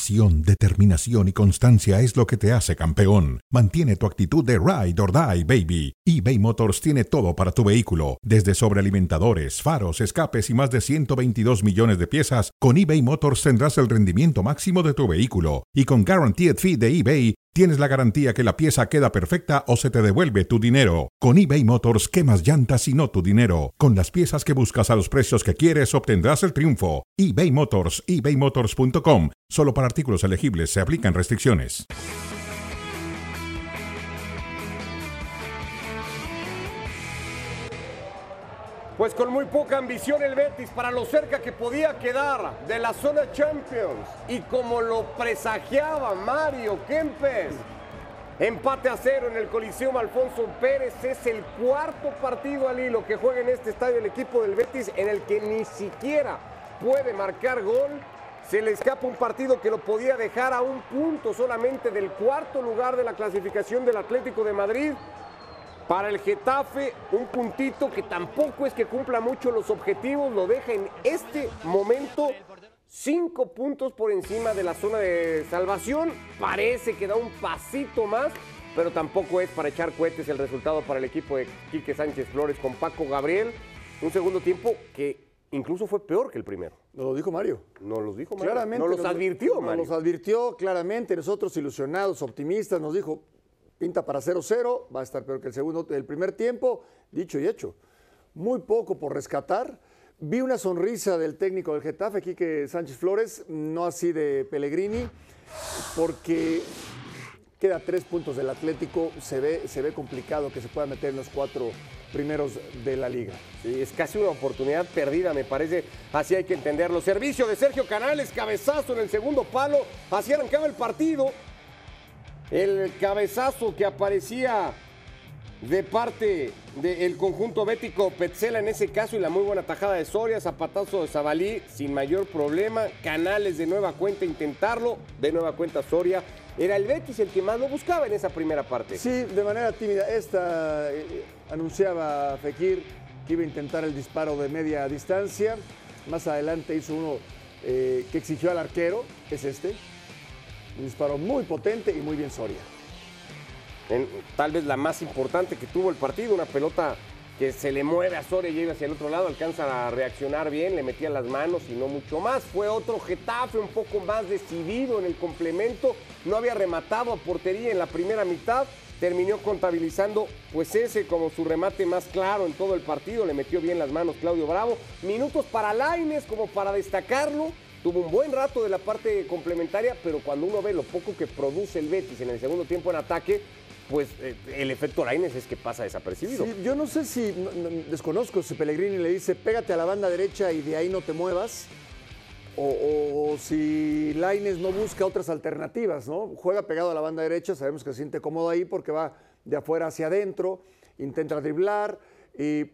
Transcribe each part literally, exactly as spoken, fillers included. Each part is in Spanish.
Pasión, determinación y constancia es lo que te hace campeón. Mantiene tu actitud de ride or die, baby. eBay Motors tiene todo para tu vehículo, desde sobrealimentadores, faros, escapes y más de ciento veintidós millones de piezas. Con eBay Motors tendrás el rendimiento máximo de tu vehículo. Y con Guaranteed Fee de eBay, tienes la garantía que la pieza queda perfecta o se te devuelve tu dinero. Con eBay Motors, quemas llantas y no tu dinero. Con las piezas que buscas a los precios que quieres, obtendrás el triunfo. eBay Motors, ebay motors punto com. Solo para artículos elegibles se aplican restricciones. Pues con muy poca ambición el Betis para lo cerca que podía quedar de la zona Champions. Y como lo presagiaba Mario Kempes, empate a cero en el Coliseum Alfonso Pérez. Es el cuarto partido al hilo que juega en este estadio el equipo del Betis, en el que ni siquiera puede marcar gol. Se le escapa un partido que lo podía dejar a un punto solamente del cuarto lugar de la clasificación del Atlético de Madrid. Para el Getafe, un puntito que tampoco es que cumpla mucho los objetivos, lo deja en este momento cinco puntos por encima de la zona de salvación. Parece que da un pasito más, pero tampoco es para echar cohetes el resultado para el equipo de Quique Sánchez Flores con Paco Gabriel. Un segundo tiempo que incluso fue peor que el primero. Nos lo dijo Mario. Nos los dijo Mario. Claramente. Nos los nos, advirtió nos Mario. Nos advirtió claramente. Nosotros ilusionados, optimistas, nos dijo, pinta para cero cero, va a estar peor que el segundo, el primer tiempo, dicho y hecho. Muy poco por rescatar. Vi una sonrisa del técnico del Getafe, Quique Sánchez Flores, no así de Pellegrini, porque queda tres puntos del Atlético, se ve, se ve complicado que se pueda meter en los cuatro primeros de la liga. Sí, es casi una oportunidad perdida, me parece, así hay que entenderlo. Servicio de Sergio Canales, cabezazo en el segundo palo, así arrancaba el partido. El cabezazo que aparecía de parte del conjunto bético Petzela en ese caso, y la muy buena tajada de Soria, zapatazo de Zabalí sin mayor problema. Canales de nueva cuenta intentarlo, de nueva cuenta Soria. Era el Betis el que más lo buscaba en esa primera parte. Sí, de manera tímida. Esta eh, anunciaba Fekir que iba a intentar el disparo de media distancia. Más adelante hizo uno eh, que exigió al arquero, es este. Un disparo muy potente y muy bien Soria. En, tal vez la más importante que tuvo el partido, una pelota que se le mueve a Soria y llega hacia el otro lado, alcanza a reaccionar bien, le metía las manos y no mucho más. Fue otro Getafe un poco más decidido en el complemento, no había rematado a portería en la primera mitad, terminó contabilizando pues ese como su remate más claro en todo el partido, le metió bien las manos Claudio Bravo. Minutos para Lainez como para destacarlo. Tuvo un buen rato de la parte complementaria, pero cuando uno ve lo poco que produce el Betis en el segundo tiempo en ataque, pues eh, el efecto Lainez es que pasa desapercibido. Sí, yo no sé si, no, no, desconozco si Pellegrini le dice pégate a la banda derecha y de ahí no te muevas, o, o, o si Lainez no busca otras alternativas, ¿no? Juega pegado a la banda derecha, sabemos que se siente cómodo ahí porque va de afuera hacia adentro, intenta driblar y...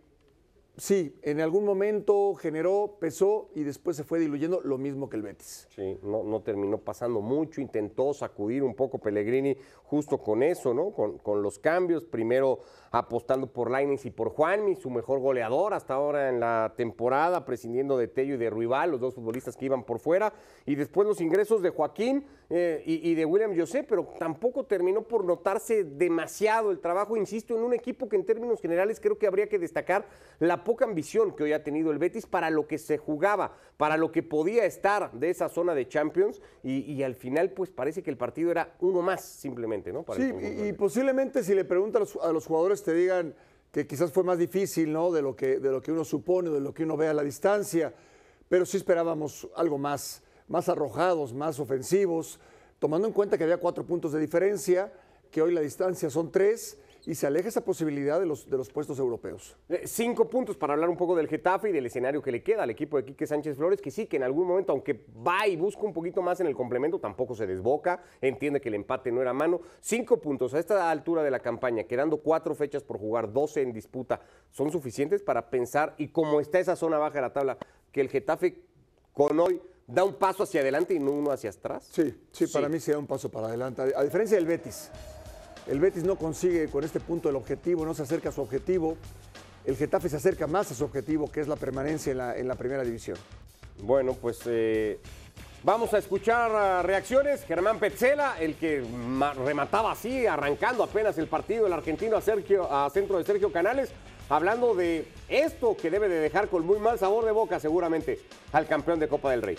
Sí, en algún momento generó, pesó y después se fue diluyendo, lo mismo que el Betis. Sí, no, no terminó pasando mucho, intentó sacudir un poco Pellegrini justo con eso, ¿no? Con, con los cambios, primero apostando por Lainez y por Juanmi, su mejor goleador hasta ahora en la temporada, prescindiendo de Tello y de Ruibal, los dos futbolistas que iban por fuera, y después los ingresos de Joaquín eh, y, y de William José, pero tampoco terminó por notarse demasiado el trabajo, insisto, en un equipo que en términos generales creo que habría que destacar la poca ambición que hoy ha tenido el Betis para lo que se jugaba, para lo que podía estar de esa zona de Champions, y, y al final pues parece que el partido era uno más simplemente, ¿no? Para sí, y, y posiblemente si le preguntan a los, a los jugadores te digan que quizás fue más difícil, ¿no? De lo que, de lo que uno supone, de lo que uno ve a la distancia, pero sí esperábamos algo más, más arrojados, más ofensivos, tomando en cuenta que había cuatro puntos de diferencia, que hoy la distancia son tres, y se aleja esa posibilidad de los, de los puestos europeos. Eh, cinco puntos para hablar un poco del Getafe y del escenario que le queda al equipo de Quique Sánchez Flores, que sí, que en algún momento, aunque va y busca un poquito más en el complemento, tampoco se desboca, entiende que el empate no era mano. Cinco puntos a esta altura de la campaña, quedando cuatro fechas por jugar, doce en disputa, son suficientes para pensar, y como está esa zona baja de la tabla, que el Getafe con hoy da un paso hacia adelante y no uno hacia atrás. Sí, sí, para sí. mí sí da un paso para adelante, a diferencia del Betis. El Betis no consigue con este punto el objetivo, no se acerca a su objetivo. El Getafe se acerca más a su objetivo, que es la permanencia en la, en la primera división. Bueno, pues eh, Vamos a escuchar uh, reacciones. Germán Petzela, el que remataba así, arrancando apenas el partido, el argentino a, Sergio, a centro de Sergio Canales, hablando de esto que debe de dejar con muy mal sabor de boca seguramente al campeón de Copa del Rey.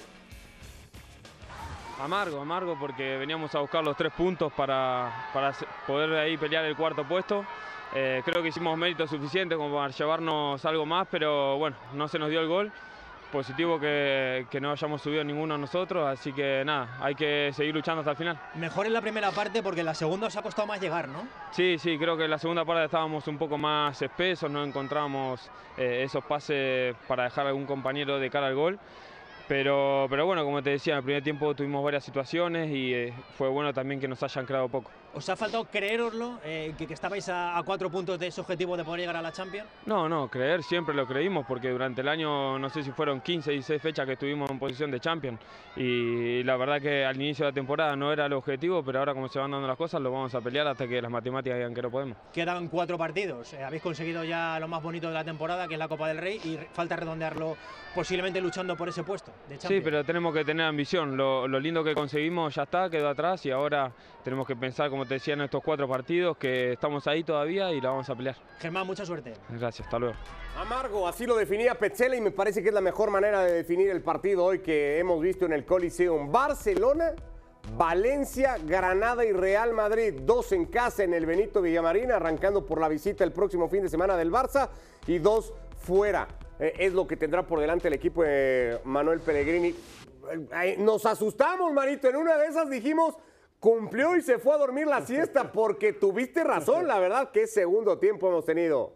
Amargo, amargo porque veníamos a buscar los tres puntos para, para poder ahí pelear el cuarto puesto. Eh, creo que hicimos mérito suficiente como para llevarnos algo más, pero bueno, no se nos dio el gol. Positivo que, que no hayamos subido ninguno nosotros, así que nada, hay que seguir luchando hasta el final. Mejor en la primera parte porque en la segunda os ha costado más llegar, ¿no? Sí, sí, creo que en la segunda parte estábamos un poco más espesos, no encontrábamos eh, esos pases para dejar a algún compañero de cara al gol. Pero, pero bueno, como te decía, en el primer tiempo tuvimos varias situaciones y eh, fue bueno también que nos hayan creado poco. ¿Os ha faltado creeroslo, eh, que, que estabais a, a cuatro puntos de ese objetivo de poder llegar a la Champions? No, no, creer siempre lo creímos porque durante el año, no sé si fueron quince, dieciséis fechas que estuvimos en posición de Champions y la verdad que al inicio de la temporada no era el objetivo, pero ahora como se van dando las cosas lo vamos a pelear hasta que las matemáticas digan que no podemos. Quedan cuatro partidos, eh, habéis conseguido ya lo más bonito de la temporada, que es la Copa del Rey, y falta redondearlo posiblemente luchando por ese puesto de Champions. Sí, pero tenemos que tener ambición, lo, lo lindo que conseguimos ya está, quedó atrás y ahora tenemos que pensar, como te decía, en estos cuatro partidos, que estamos ahí todavía y la vamos a pelear. Germán, mucha suerte. Gracias, hasta luego. Amargo, así lo definía Petzela y me parece que es la mejor manera de definir el partido hoy que hemos visto en el Coliseum. Barcelona, Valencia, Granada y Real Madrid, dos en casa en el Benito Villamarín, arrancando por la visita el próximo fin de semana del Barça y dos fuera. Eh, es lo que tendrá por delante el equipo de Manuel Pellegrini. Eh, nos asustamos, Marito, en una de esas dijimos, cumplió y se fue a dormir la siesta porque tuviste razón, la verdad, qué segundo tiempo hemos tenido.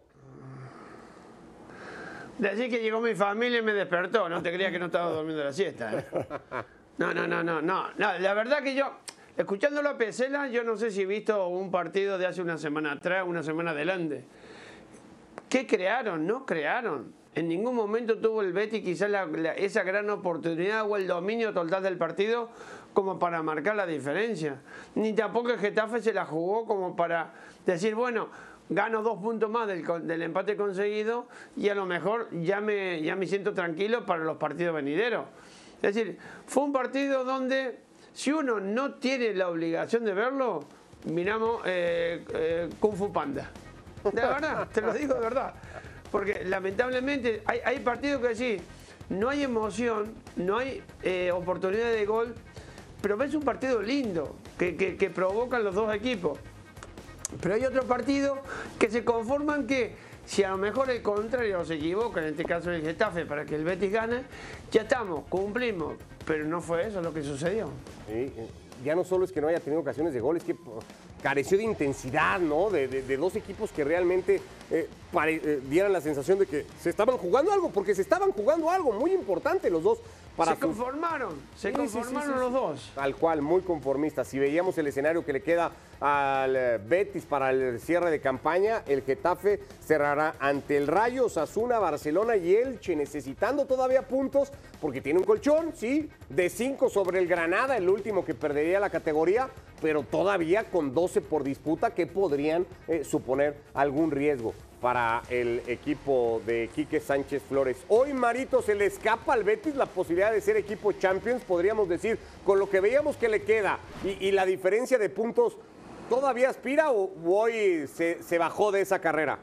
Decir que llegó mi familia y me despertó, no te creía que no estaba durmiendo la siesta. ¿eh? No, no, no, no, no, no, la verdad que yo, escuchándolo a Petzela, yo no sé si he visto un partido de hace una semana atrás, una semana adelante. ¿Qué crearon? No crearon. En ningún momento tuvo el Betis quizás la, la, esa gran oportunidad o el dominio total del partido como para marcar la diferencia. Ni tampoco el Getafe se la jugó como para decir, bueno, gano dos puntos más del, del empate conseguido y a lo mejor ya me, ya me siento tranquilo para los partidos venideros. Es decir, fue un partido donde si uno no tiene la obligación de verlo, miramos eh, eh, Kung Fu Panda. De verdad, te lo digo de verdad. Porque lamentablemente hay, hay partidos que sí, no hay emoción, no hay eh, oportunidad de gol, pero ves un partido lindo que, que, que provocan los dos equipos. Pero hay otros partidos que se conforman que si a lo mejor el contrario se equivoca, en este caso el Getafe, para que el Betis gane, ya estamos, cumplimos. Pero no fue eso lo que sucedió. Sí, ya no solo es que no haya tenido ocasiones de gol, es que careció de intensidad, ¿no? De, de, de dos equipos que realmente eh, pare, eh, dieran la sensación de que se estaban jugando algo, porque se estaban jugando algo muy importante los dos. Para se conformaron, se sí, conformaron sí, sí, sí, los dos. Tal cual, muy conformistas. Si veíamos el escenario que le queda al Betis para el cierre de campaña, el Getafe cerrará ante el Rayo, Osasuna, Barcelona y Elche, necesitando todavía puntos, porque tiene un colchón, sí, de cinco sobre el Granada, el último que perdería la categoría, pero todavía con doce por disputa que podrían eh, suponer algún riesgo para el equipo de Quique Sánchez Flores. Hoy, Marito, se le escapa al Betis la posibilidad de ser equipo Champions, podríamos decir, con lo que veíamos que le queda y, y la diferencia de puntos, ¿todavía aspira o hoy se, se bajó de esa carrera?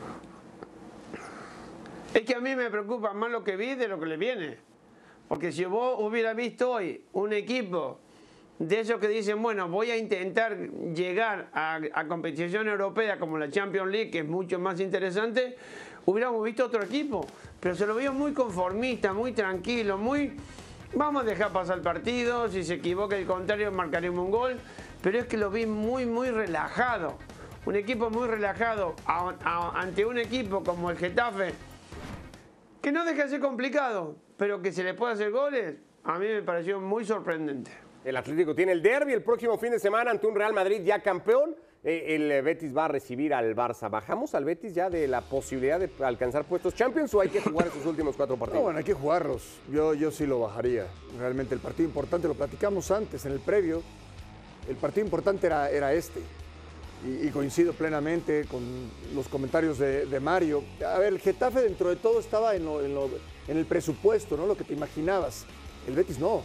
Es que a mí me preocupa más lo que vi de lo que le viene. Porque si vos hubieras visto hoy un equipo de esos que dicen, bueno, voy a intentar llegar a, a competición europea como la Champions League, que es mucho más interesante, hubiéramos visto otro equipo. Pero se lo vio muy conformista, muy tranquilo, muy... Vamos a dejar pasar el partido, si se equivoca el contrario marcaremos un gol, pero es que lo vi muy, muy relajado. Un equipo muy relajado a, a, ante un equipo como el Getafe, que no deja de ser complicado, pero que se le puede hacer goles, a mí me pareció muy sorprendente. El Atlético tiene el derbi el próximo fin de semana ante un Real Madrid ya campeón. Eh, el Betis va a recibir al Barça. ¿Bajamos al Betis ya de la posibilidad de alcanzar puestos Champions o hay que jugar esos últimos cuatro partidos? No, bueno, hay que jugarlos. Yo, yo sí lo bajaría. Realmente el partido importante, lo platicamos antes en el previo, el partido importante era, era este. Y, y coincido plenamente con los comentarios de, de Mario. A ver, el Getafe dentro de todo estaba en, lo, en, lo, en el presupuesto, ¿no? Lo que te imaginabas. El Betis no.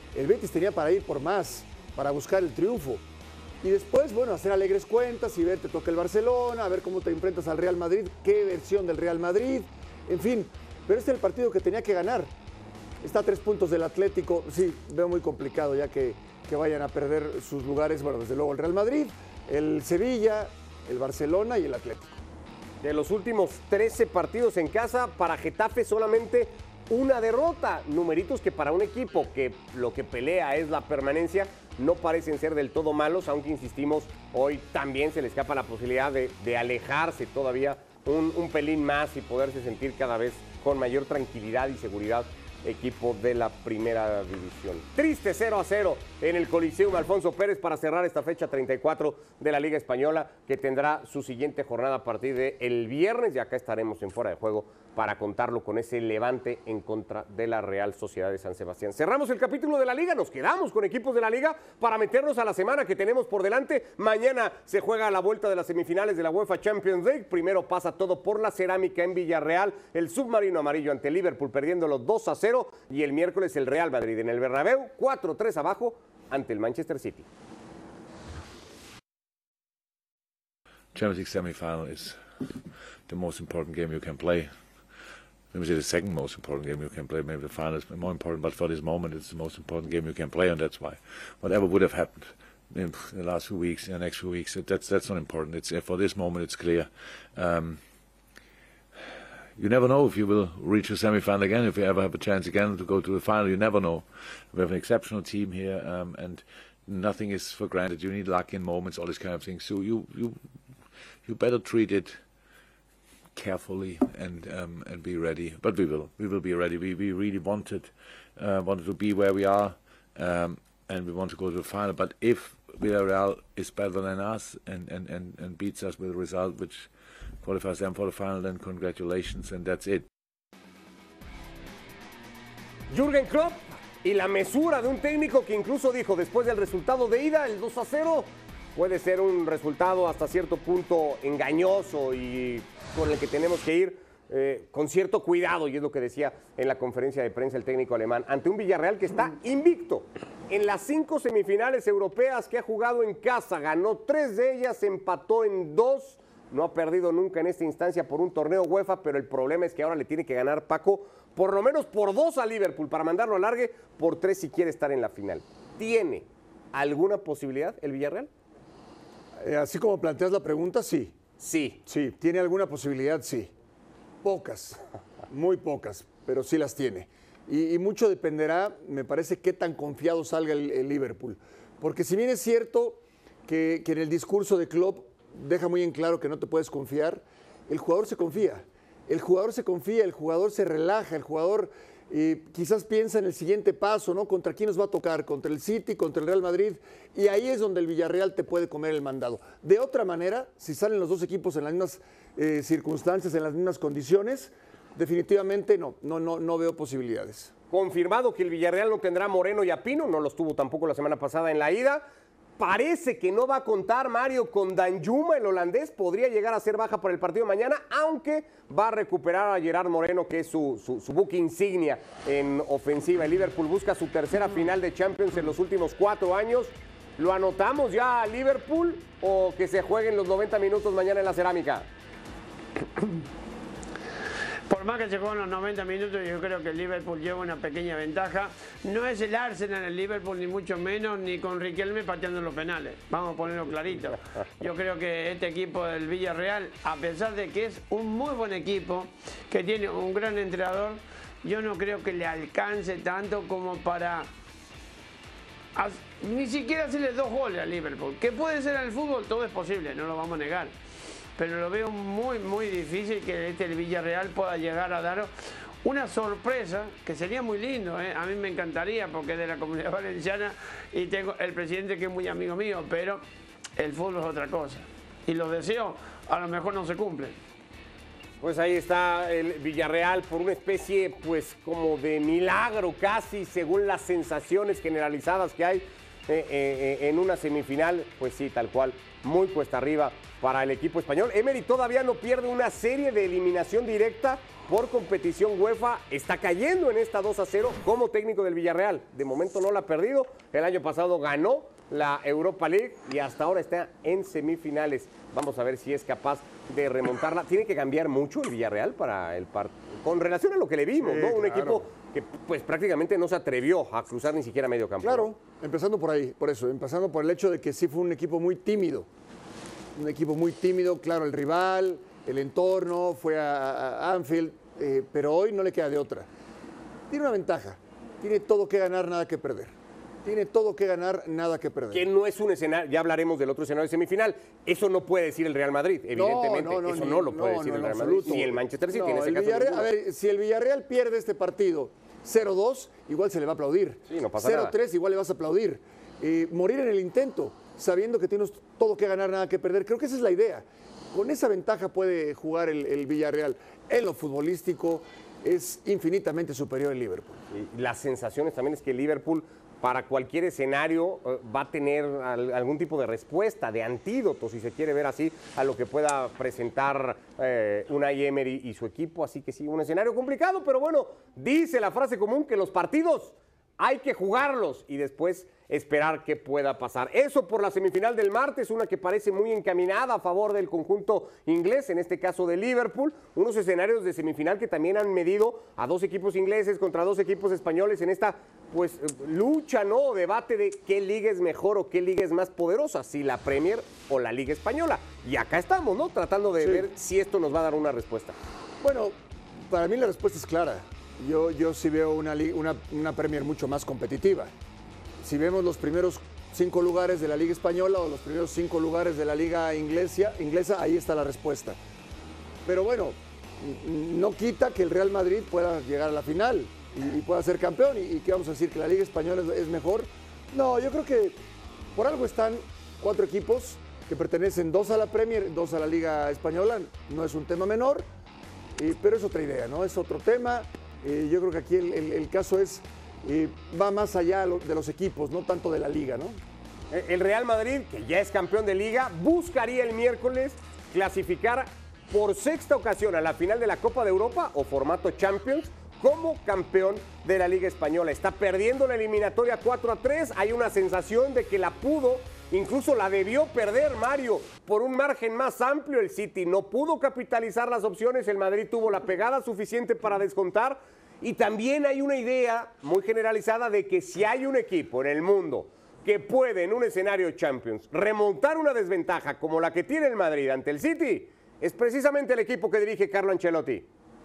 El Betis tenía para ir por más, para buscar el triunfo. Y después, bueno, hacer alegres cuentas y ver, te toca el Barcelona, a ver cómo te enfrentas al Real Madrid, qué versión del Real Madrid, en fin. Pero este es el partido que tenía que ganar. Está a tres puntos del Atlético, sí, veo muy complicado ya que, que vayan a perder sus lugares, bueno, desde luego el Real Madrid, el Sevilla, el Barcelona y el Atlético. De los últimos trece partidos en casa, para Getafe solamente una derrota. Numeritos que para un equipo que lo que pelea es la permanencia, no parecen ser del todo malos, aunque insistimos, hoy también se le escapa la posibilidad de, de alejarse todavía un, un pelín más y poderse sentir cada vez con mayor tranquilidad y seguridad equipo de la primera división. Triste cero a cero en el Coliseum Alfonso Pérez para cerrar esta fecha treinta y cuatro de la Liga Española, que tendrá su siguiente jornada a partir del viernes, y acá estaremos en Fuera de Juego para contarlo con ese Levante en contra de la Real Sociedad de San Sebastián. Cerramos el capítulo de la Liga, nos quedamos con equipos de la Liga para meternos a la semana que tenemos por delante. Mañana se juega la vuelta de las semifinales de la UEFA Champions League. Primero pasa todo por la Cerámica en Villarreal, el submarino amarillo ante Liverpool perdiéndolo dos a cero, y el miércoles el Real Madrid en el Bernabéu cuatro tres abajo ante el Manchester City. Champions League semi-final is the most important game you can play. Maybe the second most important game you can play. Maybe the final is more important, but for this moment, it's the most important game you can play, and that's why whatever would have happened in the last few weeks, in the next few weeks, that's that's not important. It's for this moment, it's clear. Um, you never know if you will reach a semi-final again, if you ever have a chance again to go to the final. You never know. We have an exceptional team here, um, and nothing is for granted. You need luck in moments, all these kind of things. So you you you better treat it carefully and um, and be ready. But we will we will be ready. We we really wanted uh, wanted to be where we are, um, and we want to go to the final. But if Villarreal is better than us and, and, and, and beats us with a result which qualifies them for the final, then congratulations, and that's it. Jürgen Klopp y la mesura de un técnico que incluso dijo después del resultado de ida, el dos a cero, puede ser un resultado hasta cierto punto engañoso y con el que tenemos que ir eh, con cierto cuidado, y es lo que decía en la conferencia de prensa el técnico alemán, ante un Villarreal que está invicto en las cinco semifinales europeas que ha jugado en casa. Ganó tres de ellas, empató en dos, no ha perdido nunca en esta instancia por un torneo UEFA, pero el problema es que ahora le tiene que ganar, Paco, por lo menos por dos a Liverpool para mandarlo a largue, por tres si quiere estar en la final. ¿Tiene alguna posibilidad el Villarreal? Eh, así como planteas la pregunta, sí. Sí. Sí, ¿tiene alguna posibilidad? Sí. Pocas, muy pocas, pero sí las tiene. Y, y mucho dependerá, me parece, qué tan confiado salga el, el Liverpool. Porque si bien es cierto que, que en el discurso de Klopp deja muy en claro que no te puedes confiar, el jugador se confía. El jugador se confía, el jugador se relaja, el jugador eh, quizás piensa en el siguiente paso, ¿no? ¿Contra quién nos va a tocar? Contra el City, contra el Real Madrid. Y ahí es donde el Villarreal te puede comer el mandado. De otra manera, si salen los dos equipos en las mismas eh, circunstancias, en las mismas condiciones, definitivamente no, no, no, no veo posibilidades. Confirmado que el Villarreal no tendrá a Moreno y a Pino, no los tuvo tampoco la semana pasada en la ida. Parece que no va a contar Mario con Danjuma, el holandés, podría llegar a ser baja para el partido de mañana, aunque va a recuperar a Gerard Moreno, que es su, su, su buque insignia en ofensiva. El Liverpool busca su tercera final de Champions en los últimos cuatro años. ¿Lo anotamos ya a Liverpool o que se jueguen los noventa minutos mañana en la Cerámica? Por más que se jueguen los noventa minutos, yo creo que el Liverpool lleva una pequeña ventaja. No es el Arsenal el Liverpool, ni mucho menos, ni con Riquelme pateando los penales. Vamos a ponerlo clarito. Yo creo que este equipo del Villarreal, a pesar de que es un muy buen equipo, que tiene un gran entrenador, yo no creo que le alcance tanto como para ni siquiera hacerle dos goles al Liverpool. Que puede ser en el fútbol, todo es posible, no lo vamos a negar. Pero lo veo muy, muy difícil que este el Villarreal pueda llegar a dar una sorpresa, que sería muy lindo, ¿eh? A mí me encantaría porque es de la Comunidad Valenciana y tengo el presidente que es muy amigo mío, pero el fútbol es otra cosa. Y los deseos a lo mejor no se cumplen. Pues ahí está el Villarreal por una especie, pues, como de milagro casi, según las sensaciones generalizadas que hay eh, eh, en una semifinal, pues sí, tal cual, muy cuesta arriba para el equipo español. Emery todavía no pierde una serie de eliminación directa por competición UEFA, está cayendo en esta dos a cero como técnico del Villarreal. De momento no la ha perdido, el año pasado ganó la Europa League y hasta ahora está en semifinales. Vamos a ver si es capaz de remontarla. Tiene que cambiar mucho el Villarreal para el partido, con relación a lo que le vimos, sí, ¿no? Un claro. equipo que pues prácticamente no se atrevió a cruzar ni siquiera medio campo. Claro, empezando por ahí, por eso, empezando por el hecho de que sí fue un equipo muy tímido. Un equipo muy tímido, claro, el rival, el entorno, fue a, a Anfield, eh, pero hoy no le queda de otra. Tiene una ventaja, tiene todo que ganar, nada que perder. Tiene todo que ganar, nada que perder. Que no es un escenario, ya hablaremos del otro escenario de semifinal. Eso no puede decir el Real Madrid, evidentemente. No, no, no, Eso ni, no lo puede no, decir no, el Real Madrid. Ni el Manchester City, no, en ese caso. Villarreal, a ver, si el Villarreal pierde este partido cero dos, igual se le va a aplaudir. Sí, no pasa cero tres, igual le vas a aplaudir. Eh, morir en el intento, sabiendo que tienes todo que ganar, nada que perder. Creo que esa es la idea. Con esa ventaja puede jugar el, el Villarreal. En lo futbolístico es infinitamente superior el Liverpool. Y las sensaciones también es que el Liverpool, para cualquier escenario, eh, va a tener al, algún tipo de respuesta, de antídoto, si se quiere ver así, a lo que pueda presentar eh, Unai Emery y su equipo. Así que sí, un escenario complicado, pero bueno, dice la frase común que los partidos hay que jugarlos y después esperar qué pueda pasar. Eso por la semifinal del martes, una que parece muy encaminada a favor del conjunto inglés, en este caso de Liverpool. Unos escenarios de semifinal que también han medido a dos equipos ingleses contra dos equipos españoles en esta pues lucha, ¿no? Debate de qué liga es mejor o qué liga es más poderosa, si la Premier o la Liga Española. Y acá estamos, ¿no? Tratando de sí. ver si esto nos va a dar una respuesta. Bueno, para mí la respuesta es clara. Yo, yo sí veo una, una, una Premier mucho más competitiva. Si vemos los primeros cinco lugares de la Liga Española o los primeros cinco lugares de la Liga inglesa, inglesa, ahí está la respuesta. Pero bueno, no quita que el Real Madrid pueda llegar a la final y, y pueda ser campeón. ¿Y, y qué vamos a decir? ¿Que la Liga Española es, es mejor? No, yo creo que por algo están cuatro equipos que pertenecen, dos a la Premier, dos a la Liga Española. No es un tema menor, y, pero es otra idea, ¿no? Es otro tema. Eh, yo creo que aquí el, el, el caso es, eh, va más allá de los equipos, no tanto de la liga, ¿no? El Real Madrid, que ya es campeón de liga, buscaría el miércoles clasificar por sexta ocasión a la final de la Copa de Europa o formato Champions como campeón de la Liga Española. Está perdiendo la eliminatoria cuatro a tres, hay una sensación de que la pudo, incluso la debió perder, Mario, por un margen más amplio. El City no pudo capitalizar las opciones, el Madrid tuvo la pegada suficiente para descontar, y también hay una idea muy generalizada de que si hay un equipo en el mundo que puede en un escenario Champions remontar una desventaja como la que tiene el Madrid ante el City, es precisamente el equipo que dirige Carlo Ancelotti.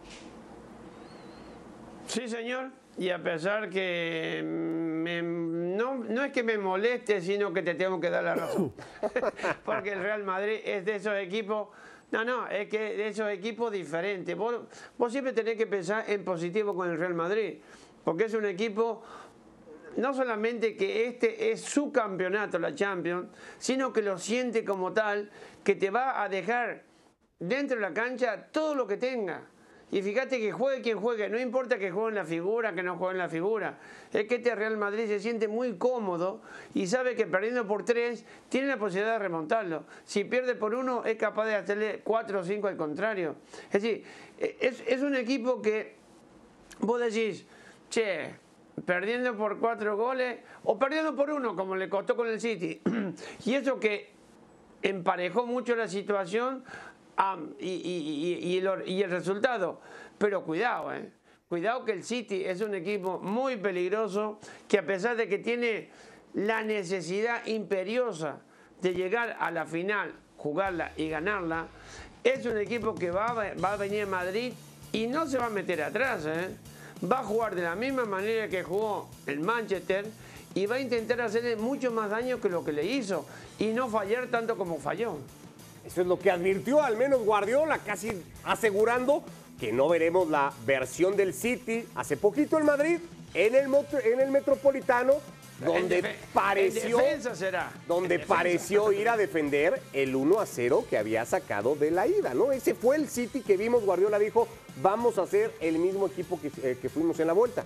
Sí, señor, y a pesar que me, no, no es que me moleste, sino que te tengo que dar la razón. Porque el Real Madrid es de esos equipos, no, no, es que de esos equipos diferentes. Vos, vos siempre tenés que pensar en positivo con el Real Madrid, porque es un equipo, no solamente que este es su campeonato, la Champions, sino que lo siente como tal, que te va a dejar dentro de la cancha todo lo que tenga. Y fíjate que juegue quien juegue, no importa que juegue en la figura, que no juegue en la figura. Es que este Real Madrid se siente muy cómodo y sabe que perdiendo por tres tiene la posibilidad de remontarlo. Si pierde por uno es capaz de hacerle cuatro o cinco al contrario. Es decir, es, es un equipo que vos decís, che, perdiendo por cuatro goles o perdiendo por uno como le costó con el City. Y eso que emparejó mucho la situación. Um, y, y, y, y, el, y el resultado, pero cuidado, eh. cuidado que el City es un equipo muy peligroso, que a pesar de que tiene la necesidad imperiosa de llegar a la final, jugarla y ganarla, es un equipo que va, va a venir a Madrid y no se va a meter atrás, eh. va a jugar de la misma manera que jugó el Manchester y va a intentar hacerle mucho más daño que lo que le hizo y no fallar tanto como falló. Eso es lo que advirtió al menos Guardiola, casi asegurando que no veremos la versión del City. Hace poquito el Madrid en el, en el Metropolitano, donde pareció, será. donde pareció ir a defender el uno a cero que había sacado de la ida, ¿no? Ese fue el City que vimos. Guardiola dijo, vamos a ser el mismo equipo que, eh, que fuimos en la vuelta.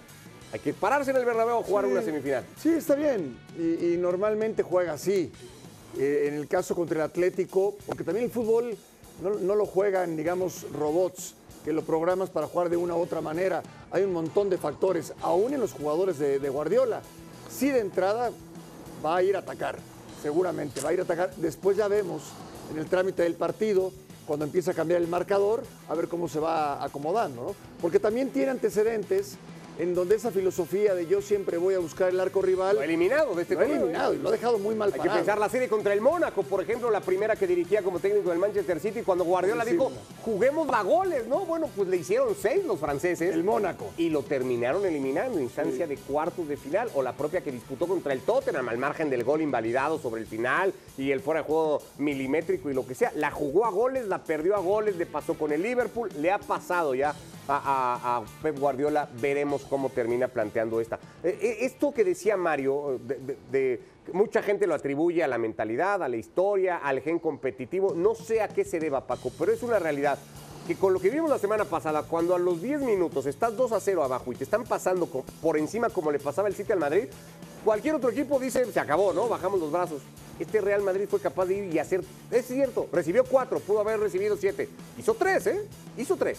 Hay que pararse en el Bernabéu a jugar Sí, una semifinal. Sí, está bien. Y, y normalmente juega así. Eh, en el caso contra el Atlético, porque también el fútbol no, no lo juegan, digamos, robots, que lo programas para jugar de una u otra manera. Hay un montón de factores, aún en los jugadores de, de Guardiola. Sí, de entrada va a ir a atacar, seguramente, va a ir a atacar. Después ya vemos en el trámite del partido, cuando empieza a cambiar el marcador, a ver cómo se va acomodando, ¿no? Porque también tiene antecedentes en donde esa filosofía de yo siempre voy a buscar el arco rival... Lo ha eliminado de este Lo ha torneo, eliminado ¿eh? y lo ha dejado muy mal Hay parado. que pensar la serie contra el Mónaco, por ejemplo, la primera que dirigía como técnico del Manchester City, cuando Guardiola Sí, dijo, sí. juguemos a goles, ¿no? Bueno, pues le hicieron seis los franceses. El Mónaco. Y lo terminaron eliminando en instancia de cuartos de final, o la propia que disputó contra el Tottenham, al margen del gol invalidado sobre el final y el fuera de juego milimétrico y lo que sea. La jugó a goles, la perdió a goles, le pasó con el Liverpool, le ha pasado ya a, a, a Pep Guardiola. Veremos cómo termina planteando esta. Eh, esto que decía Mario, de, de, de, mucha gente lo atribuye a la mentalidad, a la historia, al gen competitivo. No sé a qué se deba, Paco, pero es una realidad que con lo que vimos la semana pasada, cuando a los diez minutos estás dos a cero abajo y te están pasando con, por encima como le pasaba el City al Madrid, cualquier otro equipo dice, se acabó, ¿no? Bajamos los brazos. Este Real Madrid fue capaz de ir y hacer, es cierto, recibió cuatro, pudo haber recibido siete. Hizo tres, ¿eh? Hizo tres.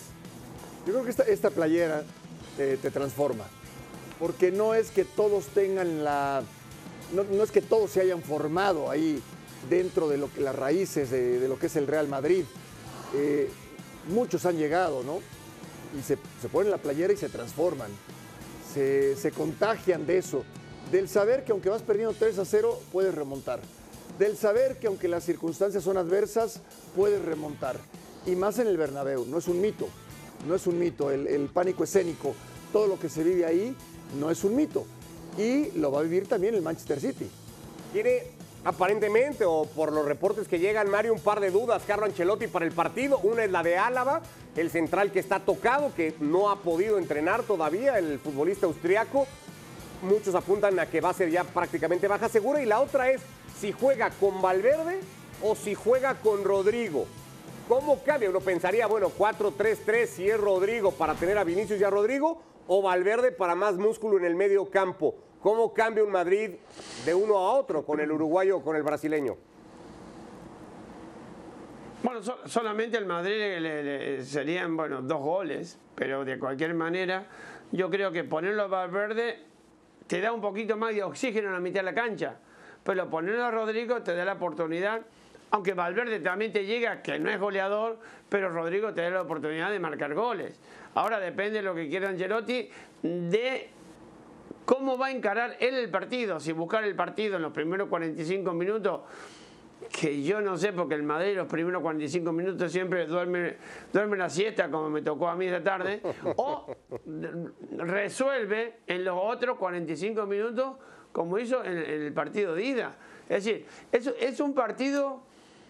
Yo creo que esta, esta playera te, te transforma, porque no es que todos tengan la... No, no es que todos se hayan formado ahí dentro de lo que, las raíces de, de lo que es el Real Madrid. Eh, muchos han llegado, ¿no? Y se, se ponen la playera y se transforman, se, se contagian de eso, del saber que aunque vas perdiendo tres a cero, puedes remontar, del saber que aunque las circunstancias son adversas, puedes remontar. Y más en el Bernabéu, no es un mito. No es un mito, el, el pánico escénico, todo lo que se vive ahí no es un mito. Y lo va a vivir también el Manchester City. Tiene aparentemente, o por los reportes que llegan, Mario, un par de dudas Carlo Ancelotti para el partido. Una es la de Álava, el central que está tocado, que no ha podido entrenar todavía, el futbolista austriaco. Muchos apuntan a que va a ser ya prácticamente baja segura. Y la otra es si juega con Valverde o si juega con Rodrigo. ¿Cómo cambia? Uno pensaría, bueno, cuatro tres tres si es Rodrigo para tener a Vinicius y a Rodrigo, o Valverde para más músculo en el medio campo. ¿Cómo cambia un Madrid de uno a otro con el uruguayo o con el brasileño? Bueno, so, solamente al Madrid le, le, le serían, bueno, dos goles, pero de cualquier manera, yo creo que ponerlo a Valverde te da un poquito más de oxígeno en la mitad de la cancha, pero ponerlo a Rodrigo te da la oportunidad. Aunque Valverde también te llega, que no es goleador, pero Rodrigo te da la oportunidad de marcar goles. Ahora depende de lo que quiera Ancelotti, de cómo va a encarar él el partido. Si buscar el partido en los primeros cuarenta y cinco minutos, que yo no sé, porque el Madrid los primeros cuarenta y cinco minutos siempre duerme, duerme la siesta, como me tocó a mí esta tarde, o resuelve en los otros cuarenta y cinco minutos, como hizo en, en el partido de ida. Es decir, es, es un partido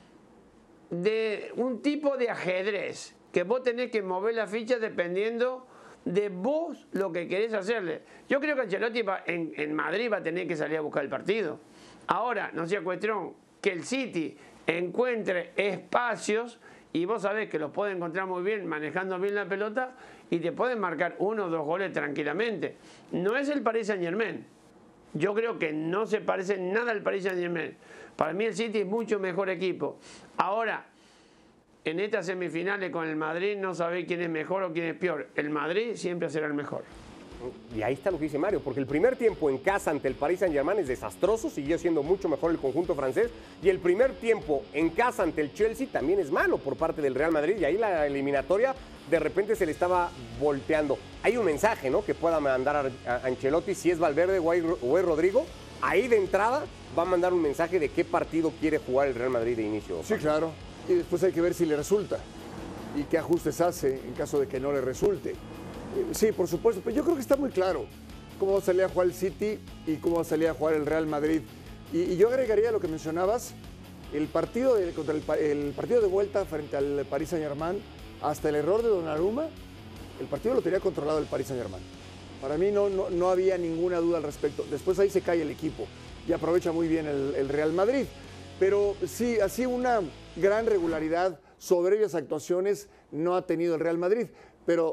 de un tipo de ajedrez, que vos tenés que mover la ficha dependiendo de vos lo que querés hacerle. Yo creo que Ancelotti va, en, en Madrid va a tener que salir a buscar el partido. Ahora, no sea cuestión que el City encuentre espacios, y vos sabés que los puede encontrar muy bien manejando bien la pelota, y te pueden marcar uno o dos goles tranquilamente. No es el Paris Saint-Germain. Yo creo que no se parece nada al Paris Saint-Germain. Para mí el City es mucho mejor equipo. Ahora, en estas semifinales con el Madrid no sabéis quién es mejor o quién es peor. El Madrid siempre será el mejor. Y ahí está lo que dice Mario, porque el primer tiempo en casa ante el Paris Saint-Germain es desastroso, siguió siendo mucho mejor el conjunto francés, y el primer tiempo en casa ante el Chelsea también es malo por parte del Real Madrid, y ahí la eliminatoria de repente se le estaba volteando. Hay un mensaje, ¿no?, que pueda mandar a Ancelotti, si es Valverde o es Rodrigo, ahí de entrada va a mandar un mensaje de qué partido quiere jugar el Real Madrid de inicio. Sí, claro, y después hay que ver si le resulta y qué ajustes hace en caso de que no le resulte. Sí, por supuesto, pero yo creo que está muy claro cómo va a salir a jugar el City y cómo va a salir a jugar el Real Madrid. Y, y yo agregaría lo que mencionabas, el partido de, contra el, el partido de vuelta frente al Paris Saint-Germain, hasta el error de Donnarumma, el partido lo tenía controlado el Paris Saint-Germain. Para mí no, no, no había ninguna duda al respecto. Después ahí se cae el equipo y aprovecha muy bien el, el Real Madrid. Pero sí, así una gran regularidad, soberbias actuaciones no ha tenido el Real Madrid. Pero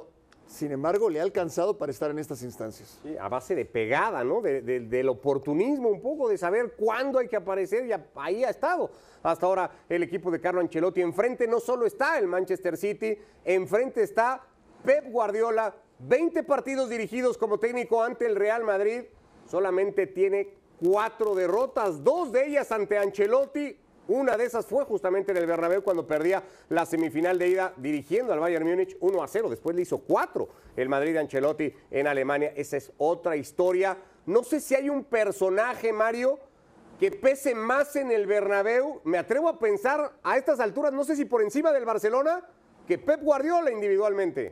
Sin embargo, le ha alcanzado para estar en estas instancias. Sí, a base de pegada, ¿no? De, de, del oportunismo un poco, de saber cuándo hay que aparecer, y ahí ha estado. Hasta ahora el equipo de Carlo Ancelotti. Enfrente no solo está el Manchester City, enfrente está Pep Guardiola. veinte partidos dirigidos como técnico ante el Real Madrid. Solamente tiene cuatro derrotas, dos de ellas ante Ancelotti. Una de esas fue justamente en el Bernabéu cuando perdía la semifinal de ida dirigiendo al Bayern Múnich uno a cero. Después le hizo cuatro el Madrid de Ancelotti en Alemania. Esa es otra historia. No sé si hay un personaje, Mario, que pese más en el Bernabéu. Me atrevo a pensar a estas alturas, no sé si por encima del Barcelona, que Pep Guardiola individualmente.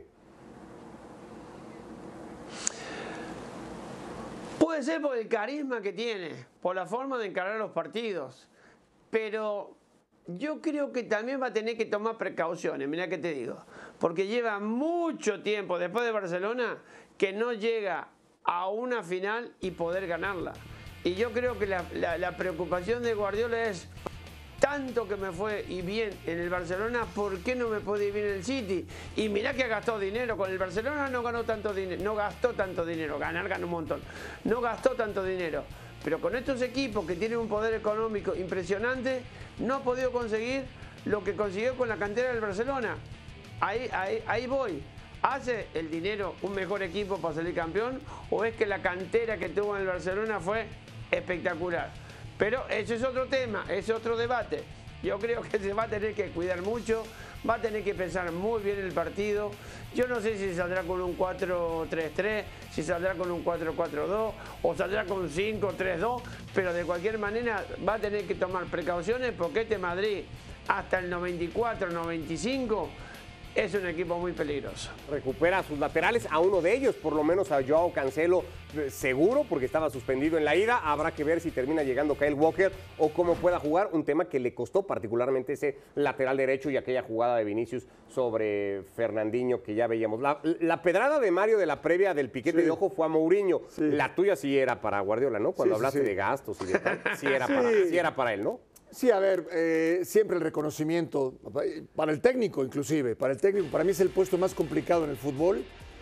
Puede ser por el carisma que tiene, por la forma de encarar los partidos. Pero yo creo que también va a tener que tomar precauciones, mirá que te digo. Porque lleva mucho tiempo después de Barcelona que no llega a una final y poder ganarla. Y yo creo que la, la, la preocupación de Guardiola es: tanto que me fue y bien en el Barcelona, ¿por qué no me puede ir bien en el City? Y mirá que gastó dinero. Con el Barcelona no ganó tanto dinero, no gastó tanto dinero. Ganar ganó un montón. No gastó tanto dinero. Pero con estos equipos que tienen un poder económico impresionante, no ha podido conseguir lo que consiguió con la cantera del Barcelona. Ahí, ahí, ahí voy. ¿Hace el dinero un mejor equipo para salir campeón? ¿O es que la cantera que tuvo en el Barcelona fue espectacular? Pero eso es otro tema, es otro debate. Yo creo que se va a tener que cuidar mucho, va a tener que pensar muy bien el partido. Yo no sé si saldrá con un cuatro tres tres, si saldrá con un cuatro cuatro dos o saldrá con un cinco tres dos, pero de cualquier manera va a tener que tomar precauciones porque este Madrid hasta el noventa y cuatro noventa y cinco es un equipo muy peligroso. Recupera a sus laterales, a uno de ellos, por lo menos a Joao Cancelo, seguro, porque estaba suspendido en la ida. Habrá que ver si termina llegando Kyle Walker o cómo pueda jugar, un tema que le costó particularmente ese lateral derecho y aquella jugada de Vinicius sobre Fernandinho que ya veíamos. La, la pedrada de Mario de la previa del piquete sí. de ojo fue a Mourinho. Sí. La tuya sí era para Guardiola, ¿no? Cuando sí, hablaste sí, sí. de gastos y de tal, sí era, sí. Para, sí era para él, ¿no? Sí, a ver, eh, siempre el reconocimiento, para el técnico inclusive, para el técnico, para mí es el puesto más complicado en el fútbol.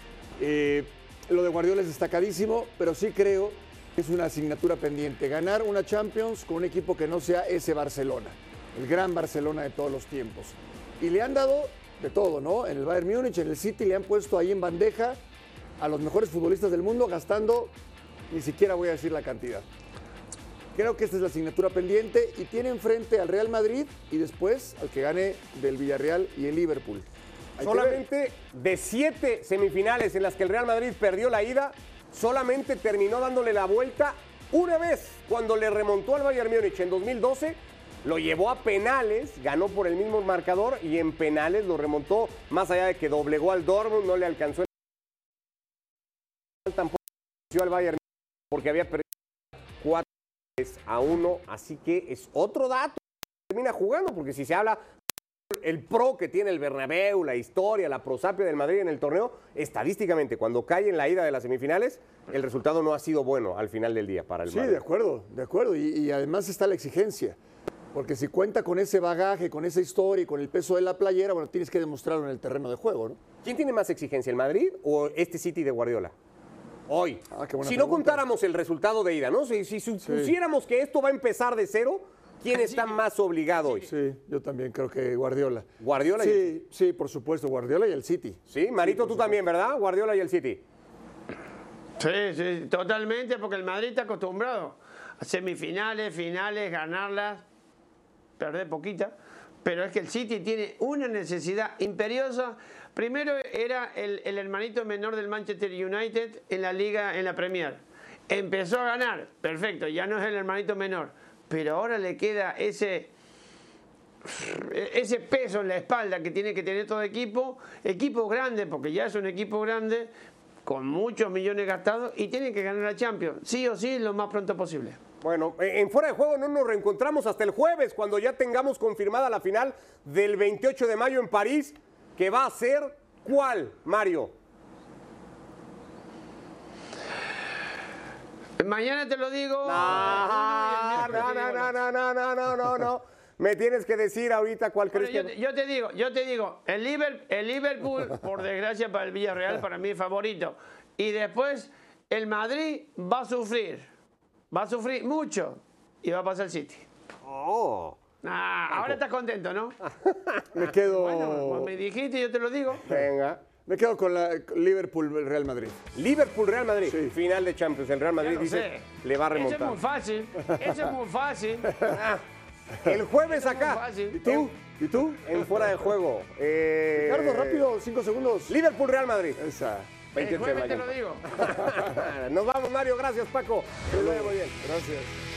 Eh, lo de Guardiola es destacadísimo, pero sí creo que es una asignatura pendiente. Ganar una Champions con un equipo que no sea ese Barcelona, el gran Barcelona de todos los tiempos. Y le han dado de todo, ¿no? En el Bayern Múnich, en el City, le han puesto ahí en bandeja a los mejores futbolistas del mundo gastando, ni siquiera voy a decir la cantidad. Creo que esta es la asignatura pendiente y tiene enfrente al Real Madrid y después al que gane del Villarreal y el Liverpool. Hay solamente de siete semifinales en las que el Real Madrid perdió la ida, solamente terminó dándole la vuelta una vez cuando le remontó al Bayern Múnich en dos mil doce. Lo llevó a penales, ganó por el mismo marcador y en penales lo remontó, más allá de que doblegó al Dortmund, no le alcanzó el tampoco al Bayern porque había perdido cuatro a uno, así que es otro dato que termina jugando, porque si se habla el pro que tiene el Bernabéu, la historia, la prosapia del Madrid en el torneo, estadísticamente cuando cae en la ida de las semifinales, el resultado no ha sido bueno al final del día para el sí, Madrid. Sí, de acuerdo, de acuerdo, y, y además está la exigencia, porque si cuenta con ese bagaje, con esa historia y con el peso de la playera, bueno, tienes que demostrarlo en el terreno de juego, ¿no? ¿Quién tiene más exigencia, el Madrid o este City de Guardiola? Hoy, ah, si pregunta. No contáramos el resultado de ida, ¿no? Si, si supusiéramos sí. que esto va a empezar de cero, ¿quién está más obligado hoy? Sí, yo también creo que Guardiola. ¿Guardiola? Sí, y el... sí, por supuesto, Guardiola y el City. Sí, Marito, sí, tú también, ¿verdad? Guardiola y el City. Sí, sí, totalmente, porque el Madrid está acostumbrado a semifinales, finales, ganarlas, perder poquita. Pero es que el City tiene una necesidad imperiosa. Primero era el, el hermanito menor del Manchester United en la Liga, en la Premier. Empezó a ganar, perfecto, ya no es el hermanito menor. Pero ahora le queda ese, ese peso en la espalda que tiene que tener todo equipo. Equipo grande, porque ya es un equipo grande, con muchos millones gastados, y tiene que ganar la Champions, sí o sí, lo más pronto posible. Bueno, en Fuera de Juego no nos reencontramos hasta el jueves, cuando ya tengamos confirmada la final del veintiocho de mayo en París, que va a ser, ¿cuál, Mario? Mañana te lo digo. No, no, no, no, no, no, no, no, no. Me tienes que decir ahorita cuál Bueno, crees yo, que... te, yo te digo, yo te digo, el Liverpool, el Liverpool, por desgracia para el Villarreal, para mí es favorito. Y después el Madrid va a sufrir, va a sufrir mucho y va a pasar el City. Oh. Ah, ahora estás contento, ¿no? Me quedo, Bueno, pues me dijiste, yo te lo digo. Venga. me quedo con la Liverpool-Real Madrid. Liverpool-Real Madrid. Sí. Final de Champions. El Real Ya Madrid lo dice, sé. le va a Eso remontar. es muy fácil, eso es muy fácil. El jueves Eso es muy acá. fácil. ¿Y tú? ¿Y tú? En fuera de juego. Eh, Ricardo, rápido, cinco segundos. Liverpool-Real Madrid. Esa. El veintiocho de jueves te mayo. lo digo. Nos vamos, Mario. Gracias, Paco. Que les vaya muy bien. Gracias.